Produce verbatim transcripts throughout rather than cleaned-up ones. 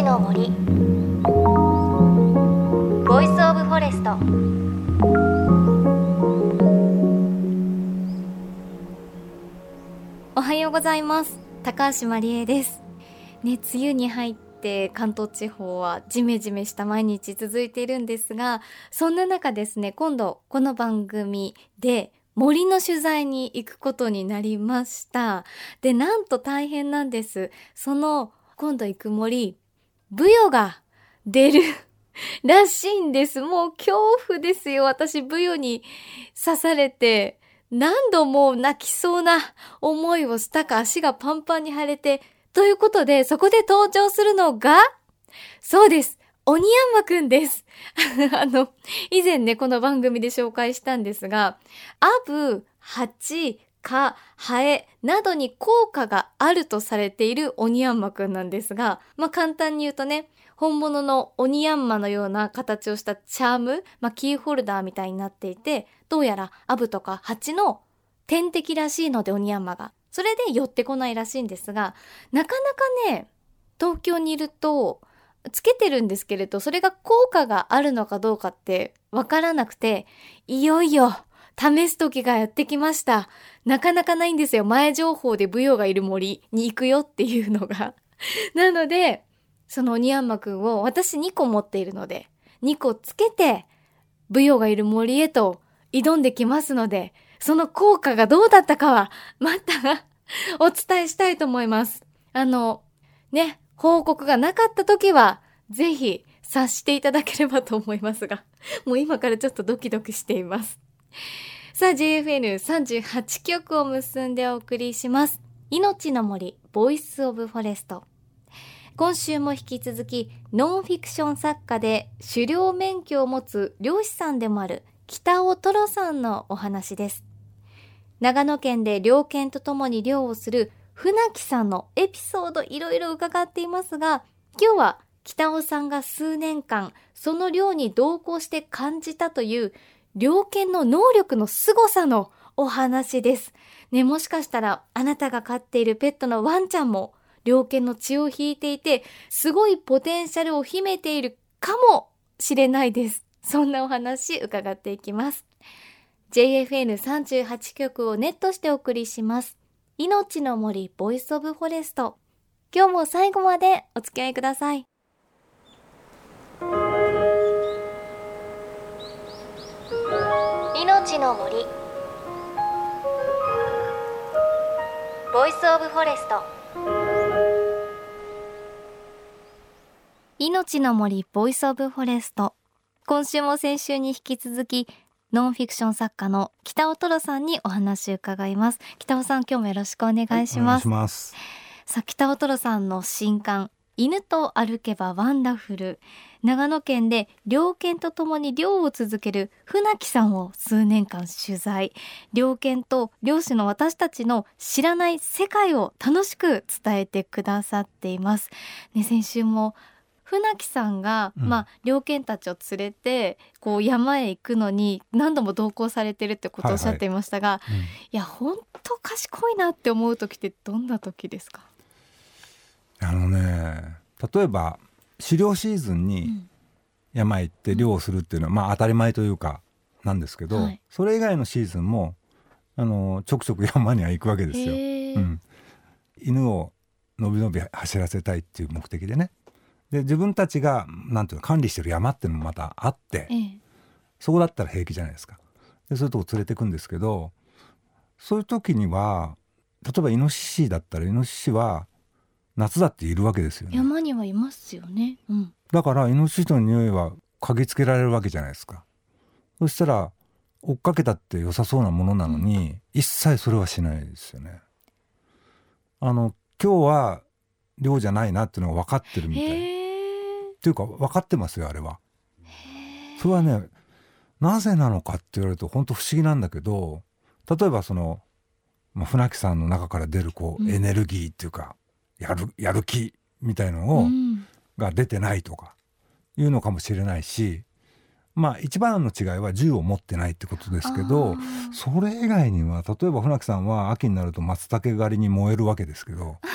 の森ボイスオブフォレスト。おはようございます。高橋まりえですね。梅雨に入って関東地方はジメジメした毎日続いているんですが、そんな中ですね、今度この番組で森の取材に行くことになりました。で、なんと大変なんです。その今度行く森、ブヨが出るらしいんです。もう恐怖ですよ。私ブヨに刺されて何度も泣きそうな思いをしたか、足がパンパンに腫れて、ということでそこで登場するのが、そうです、オニヤンマくんです。あの、以前ね、この番組で紹介したんですが、アブ、ハチ、蚊、ハエなどに効果があるとされているオニヤンマくんなんですが、まあ簡単に言うとね、本物のオニヤンマのような形をしたチャーム、まあキーホルダーみたいになっていて、どうやらアブとかハチの天敵らしいので、オニヤンマが。それで寄ってこないらしいんですが、なかなかね、東京にいると、つけてるんですけれど、それが効果があるのかどうかってわからなくて、いよいよ試す時がやってきました。なかなかないんですよ。前情報でブヨがいる森に行くよっていうのが。なので、そのオニヤンマくんを私にこ持っているので、にこつけてブヨがいる森へと挑んできますので、その効果がどうだったかはまたお伝えしたいと思います。あの、ね、報告がなかった時はぜひ察していただければと思いますが、もう今からちょっとドキドキしています。さあ ジェイエフエヌさんじゅうはち 局を結んでお送りします。命の森ボイスオブフォレスト。今週も引き続きノンフィクション作家で狩猟免許を持つ猟師さんでもある北尾トロさんのお話です。長野県で猟犬とともに猟をする船木さんのエピソードいろいろ伺っていますが、今日は北尾さんが数年間その猟に同行して感じたという猟犬の能力の凄さのお話です。ね、もしかしたらあなたが飼っているペットのワンちゃんも猟犬の血を引いていて、すごいポテンシャルを秘めているかもしれないです。そんなお話伺っていきます。ジェイエフエヌさんじゅうはち 局をネットしてお送りします。命の森ボイスオブフォレスト。今日も最後までお付き合いください。命の森ボイスオブフォレスト。命の森ボイスオブフォレスト。今週も先週に引き続きノンフィクション作家の北尾トロさんにお話を伺います。北尾さん、今日もよろしくお願いします。 はい、お願いします。 さあ、北尾トロさんの新刊、犬と歩けばワンダフル。長野県で猟犬とともに猟を続ける船木さんを数年間取材。猟犬と猟師の私たちの知らない世界を楽しく伝えてくださっています。ね、先週も船木さんが、うん、まあ、猟犬たちを連れてこう山へ行くのに何度も同行されてるってことをおっしゃっていましたが、はいはい、うん、いや本当賢いなって思う時ってどんな時ですか？ あのね、例えば狩猟シーズンに山へ行って猟をするっていうのは、うん、まあ当たり前というかなんですけど、はい、それ以外のシーズンもあのちょくちょく山には行くわけですよ、うん、犬をのびのび走らせたいっていう目的でね。で自分たちがなんていうの管理してる山っていうのもまたあって、ええ、そこだったら平気じゃないですか。でそういうとこ連れてくんですけど、そういう時には例えばイノシシだったらイノシシは夏だっているわけですよね。 山にはいますよね、うん、 だからイノシシの匂いは嗅ぎつけられるわけじゃないですか。そしたら追っかけたって良さそうなものなのに、うん、一切それはしないですよね。あの今日は猟じゃないなっていうのが分かってるみたいっていうか分かってますよ、あれは。それはね、なぜなのかって言われると本当不思議なんだけど、例えばその、まあ、船木さんの中から出るこう、うん、エネルギーっていうかやる、やる気みたいのを、うん、が出てないとかいうのかもしれないし、まあ一番の違いは銃を持ってないってことですけど、それ以外には例えば船木さんは秋になると松茸狩りに燃えるわけですけど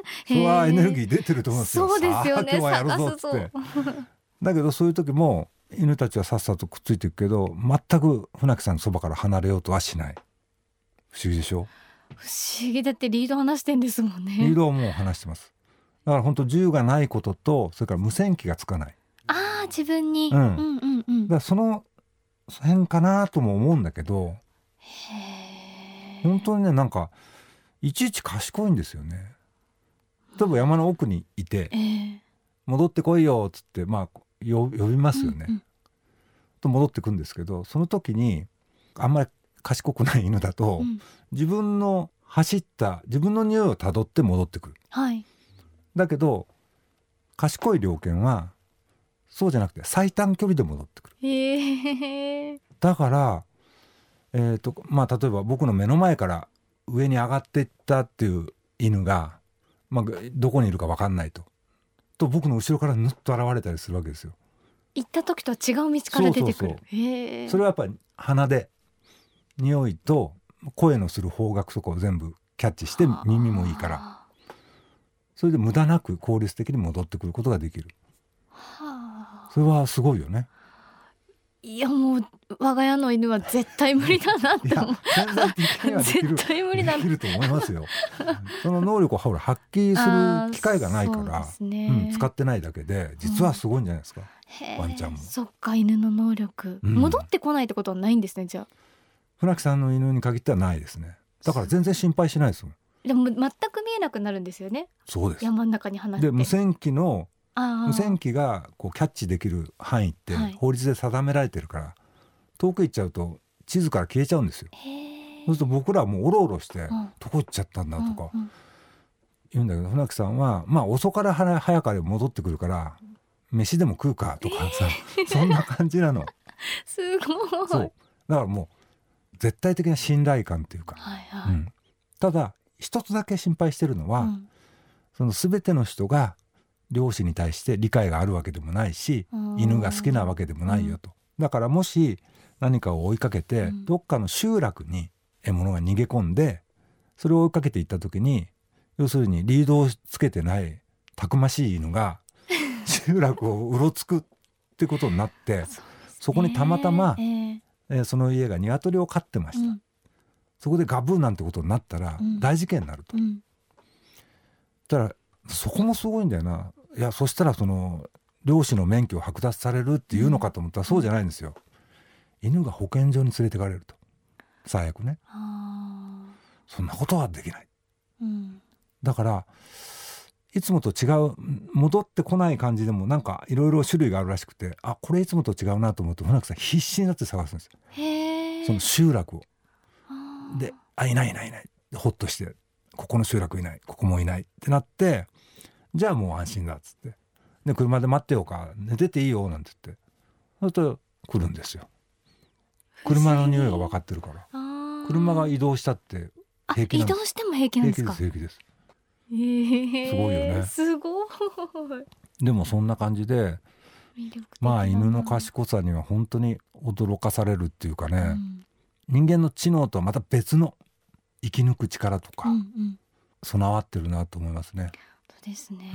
それはエネルギー出てると思うんですよ。 そうですよね。 さあ今日はやるぞっつってだけどそういう時も犬たちはさっさとくっついていくけど、全く船木さんのそばから離れようとはしない。不思議でしょ。 不思議。だってリード離してんですもんね。 リードはもう離してます。だから本当銃がないことと、それから無線機がつかない。 ああ、自分に、 うん、 うんうんうん。 だからその辺かなとも思うんだけど、 へ本当にね、なんかいちいち賢いんですよね。例えば山の奥にいて、 えー、 戻ってこいよっつって、まあ呼びますよね、 うんうん、 と戻ってくるんですけど、その時にあんまり賢くない犬だと、うん、自分の走った自分の匂いをたどって戻ってくる、 はい、 だけど賢い猟犬はそうじゃなくて最短距離で戻ってくる。 へー、 だから、えーとまあ、例えば僕の目の前から上に上がっていったっていう犬が、まあ、どこにいるか分かんないとと僕の後ろからぬっと現れたりするわけですよ。 行った時とは違う道から出てくる。 そうそうそう。 へー、 それはやっぱり鼻で匂いと声のする方角とかを全部キャッチして、耳もいいから、それで無駄なく効率的に戻ってくることができる。はあ、それはすごいよね。 いやもう我が家の犬は絶対無理だなって思う。 潜在的にはできる絶対無理だなできると思いますよ。その能力をほら発揮する機会がないから、ね、うん、使ってないだけで実はすごいんじゃないですか、うん、ワンちゃんも。 そっか、犬の能力、うん、戻ってこないってことはないんですね。じゃあ船木さんの犬に限ってはないですね。だから全然心配しないですもん。 でも全く見えなくなるんですよね。 そうです。 山の中に放って。 で無線機の無線機がこうキャッチできる範囲って法律で定められてるから、はい、遠く行っちゃうと地図から消えちゃうんですよ。そうすると僕らはもうおろおろして、うん、どこ行っちゃったんだとか言うんだけど、船木さんはまあ遅から早かれ戻ってくるから飯でも食うかとかさ、そんな感じなの。 すごい。 そうだからもう絶対的な信頼感っていうか、はいはい、うん、ただ一つだけ心配してるのは、うん、その全ての人が猟師に対して理解があるわけでもないし、犬が好きなわけでもないよと、うん、だからもし何かを追いかけて、うん、どっかの集落に獲物が逃げ込んでそれを追いかけていった時に、要するにリードをつけてないたくましい犬が集落をうろつくってことになってそ, そこにたまたま、えーえー、その家が鶏を飼ってました、うん、そこでガブーなんてことになったら大事件になると、うん、だからそこもすごいんだよな。いやそしたらその猟師の免許を剥奪されるっていうのかと思ったら、そうじゃないんですよ。犬が保健所に連れてかれると、最悪ね。そんなことはできない、うん、だからいつもと違う戻ってこない感じでもなんかいろいろ種類があるらしくて、あこれいつもと違うなと思うと船木さん必死になって探すんですよ。へー、その集落をで、あいないいないいないでほっとして、ここの集落いない、ここもいないってなって、じゃあもう安心だっつって、で車で待ってようか、寝てていいよなんて言って、それと来るんですよ。車の匂いが分かってるから。車が移動したって平気なんです。 移動しても平気なんですか。 平気です平気です、 えー、 すごいよね。 すごい。 でもそんな感じで、まあ犬の賢さには本当に驚かされるっていうかね、うん、人間の知能とはまた別の生き抜く力とか、うんうん、備わってるなと思いますね。 そうですね、うん、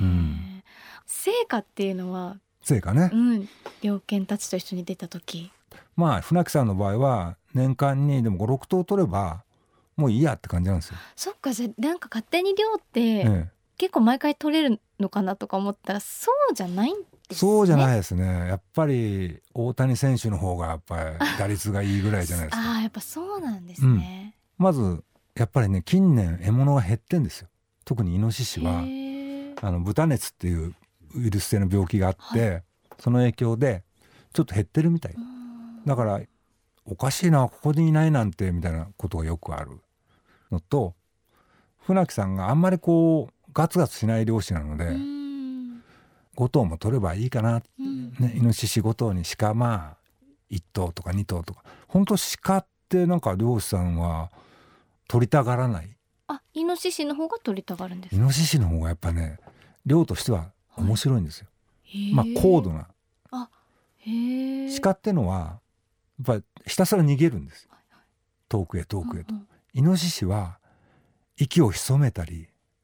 成果っていうのは成果ね、 うん、猟犬たちと一緒に出た時、 まあ船木さんの場合は年間にでもごろくとう取ればもういいやって感じなんですよ。 そっか、じゃあなんか勝手に猟って、ええ、結構毎回取れるのかなとか思ったらそうじゃないんですね。 そうじゃないですね。やっぱり大谷選手の方がやっぱり打率がいいぐらいじゃないですか。 ああ、やっぱそうなんですね、 うん、まずやっぱりね、近年獲物が減ってんですよ。特にイノシシはあの豚熱っていうウイルス性の病気があって、はい、その影響でちょっと減ってるみたい。だからおかしいな、ここにいないなんてみたいなことがよくあるのと、船木さんがあんまりこうガツガツしない漁師なので、ご頭も取ればいいかな、ね、イノシシご頭に鹿まあいっ頭とかに頭とか。本当鹿ってなんか漁師さんは取りたがらない。 あ、イノシシの方が取りたがるんですか。 イノシシの方がやっぱね、漁としては面白いんですよ、はい、まあ高度な。あ、へー。鹿ってのはやっぱりひたすら逃げるんですよ、はいはい、遠くへ遠くへと、うんうん、イノシシは息を潜めたり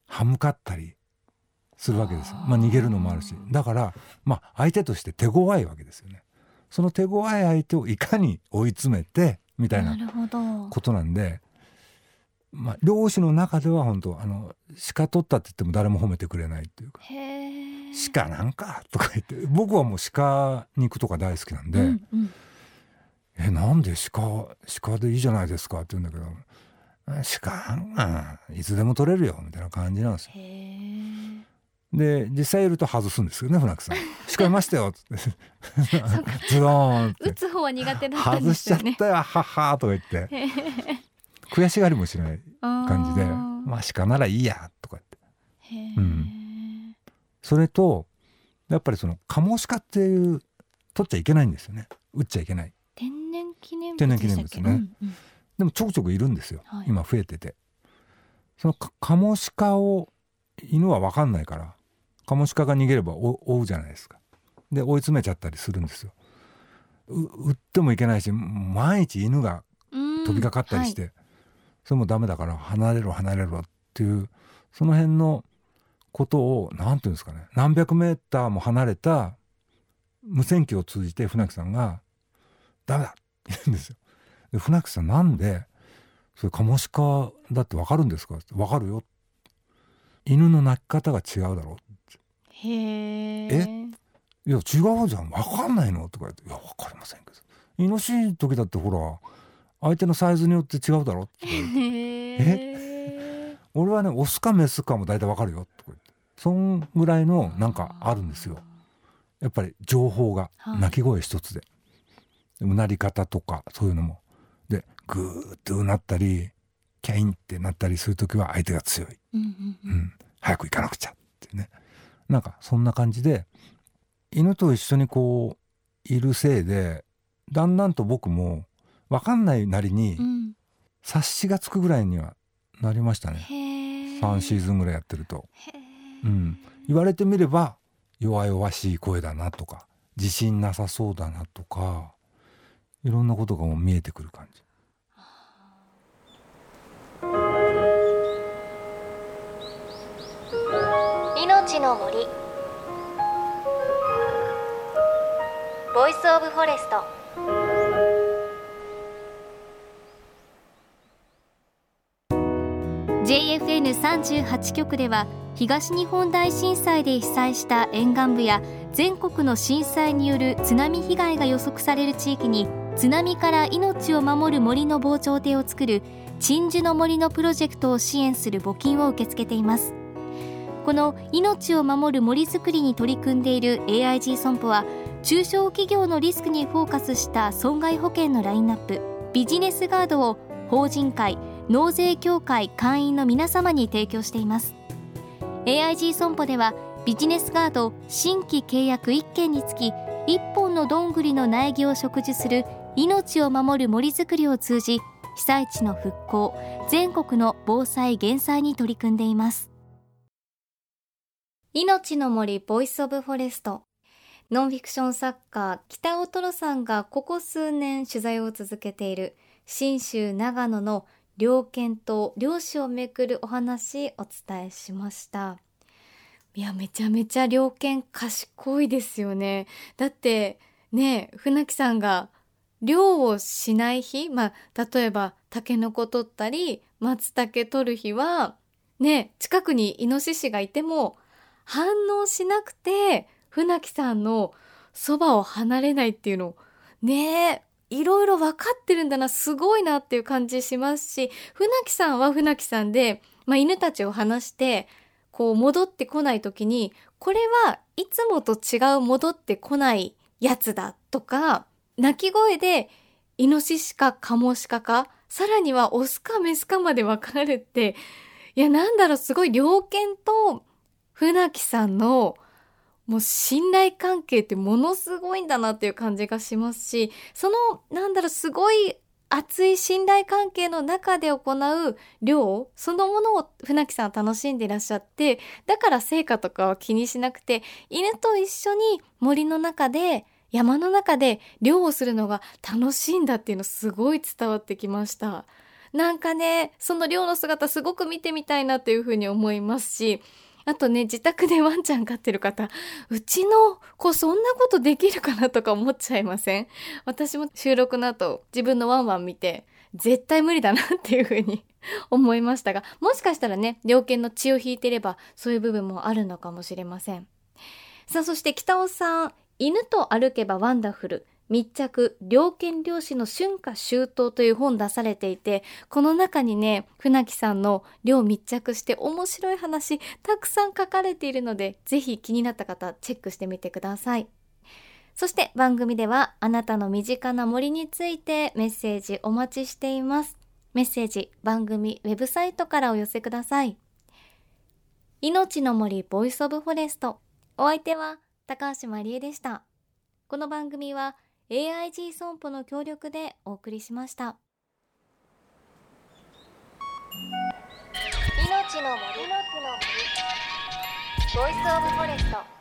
歯向かったりするわけです。まあ逃げるのもあるし、だからまあ相手として手強いわけですよね。その手強い相手をいかに追い詰めてみたいなことなんで、まあ漁師の中では本当あの鹿取ったって言っても誰も褒めてくれないっていうか、鹿なんかとか言って、僕はもう鹿肉とか大好きなんで、うんうん、えなんで鹿鹿でいいじゃないですかって言うんだけど、鹿いつでも取れるよみたいな感じなんですよ。で実際いると外すんですよね、船木さん。鹿いましたよってズドーンって打つ方は苦手だったんですよね。 外しちゃったよはっはーとか言って悔しがりもしない感じで、まあ鹿ならいいやとか言って、うん、それとやっぱりそのカモシカっていう取っちゃいけないんですよね。撃っちゃいけない。 天然記念物でしたっけ。 天然記念物ね、うんうん、でもちょくちょくいるんですよ、はい、今増えてて。そのカモシカを犬は分かんないからカモシカが逃げれば追うじゃないですか。で追い詰めちゃったりするんですよ。撃ってもいけないし万一犬が飛びかかったりして、はい、それもダメだから離れろ離れろっていうその辺のことをなんていうんですかね、何百メーターも離れた無線機を通じて船木さんがダメだって言うんですよ。で船木さんなんでそれカモシカだって分かるんですかって。分かるよ、犬の鳴き方が違うだろうって。 へー。 えいや違うじゃん分かんないのとか言って、いや分かりませんけど、イノシシの時だってほら相手のサイズによって違うだろって言って、え俺はねオスかメスかも大体分かるよとか言って、そんぐらいのなんかあるんですよ。やっぱり情報が、鳴き声一つで、うなり方とかそういうのもでグーッとうなったりキャインってなったりするときは相手が強い、うんうんうん、早く行かなくちゃってね、なんかそんな感じで犬と一緒にこういるせいでだんだんと僕も分かんないなりに察しがつくぐらいにはなりましたね、うん、さんシーズンぐらいやってると、うん、言われてみれば弱々しい声だなとか自信なさそうだなとかいろんなことがもう見えてくる感じ。 命の森ボイスオブフォレスト。ジェイエフエヌさんじゅうはち 局では東日本大震災で被災した沿岸部や全国の震災による津波被害が予測される地域に津波から命を守る森の防潮堤を作る鎮守の森のプロジェクトを支援する募金を受け付けています。この命を守る森づくりに取り組んでいる エーアイジー 損保は中小企業のリスクにフォーカスした損害保険のラインナップビジネスガードを法人会納税協会会員の皆様に提供しています。 エーアイジー 損保ではビジネスガード新規契約いっけんにつきいっぽんのどんぐりの苗木を植樹する命を守る森づくりを通じ被災地の復興全国の防災減災に取り組んでいます。命の森ボイスオブフォレスト。ノンフィクション作家北尾トロさんがここ数年取材を続けている信州長野の猟犬と猟師をめぐるお話お伝えしました。いやめちゃめちゃ猟犬賢いですよね。だってね船木さんが猟をしない日、まあ例えばタケノコ取ったり松茸取る日はね近くにイノシシがいても反応しなくて船木さんのそばを離れないっていうのねえいろいろ分かってるんだなすごいなっていう感じしますし、船木さんは船木さんで、まあ、犬たちを離してこう戻ってこない時にこれはいつもと違う戻ってこないやつだとか鳴き声でイノシシかカモシカかさらにはオスかメスかまで分かるっていやなんだろうすごい猟犬と船木さんのもう信頼関係ってものすごいんだなっていう感じがしますし、そのなんだろうすごい熱い信頼関係の中で行う猟そのものを船木さんは楽しんでいらっしゃって、だから成果とかは気にしなくて犬と一緒に森の中で山の中で猟をするのが楽しいんだっていうのすごい伝わってきました。 なんかね、その寮の姿すごく見てみたいなというふうに思いますし、あとね、自宅でワンちゃん飼ってる方、うちの子そんなことできるかなとか思っちゃいません？私も収録の後、自分のワンワン見て、絶対無理だなっていうふうに思いましたが、もしかしたらね、猟犬の血を引いていれば、そういう部分もあるのかもしれません。さあ、そして北尾さん、犬と歩けばワンダフル、密着猟犬猟師の春夏秋冬という本出されていて、この中にね、船木さんの猟密着して面白い話たくさん書かれているので、ぜひ気になった方チェックしてみてください。そして番組ではあなたの身近な森についてメッセージお待ちしています。メッセージ番組ウェブサイトからお寄せください。命の森ボイスオブフォレスト、お相手は高橋まりえでした。この番組はエーアイジー 損保の協力でお送りしました。命の森ボイスオブフォレスト。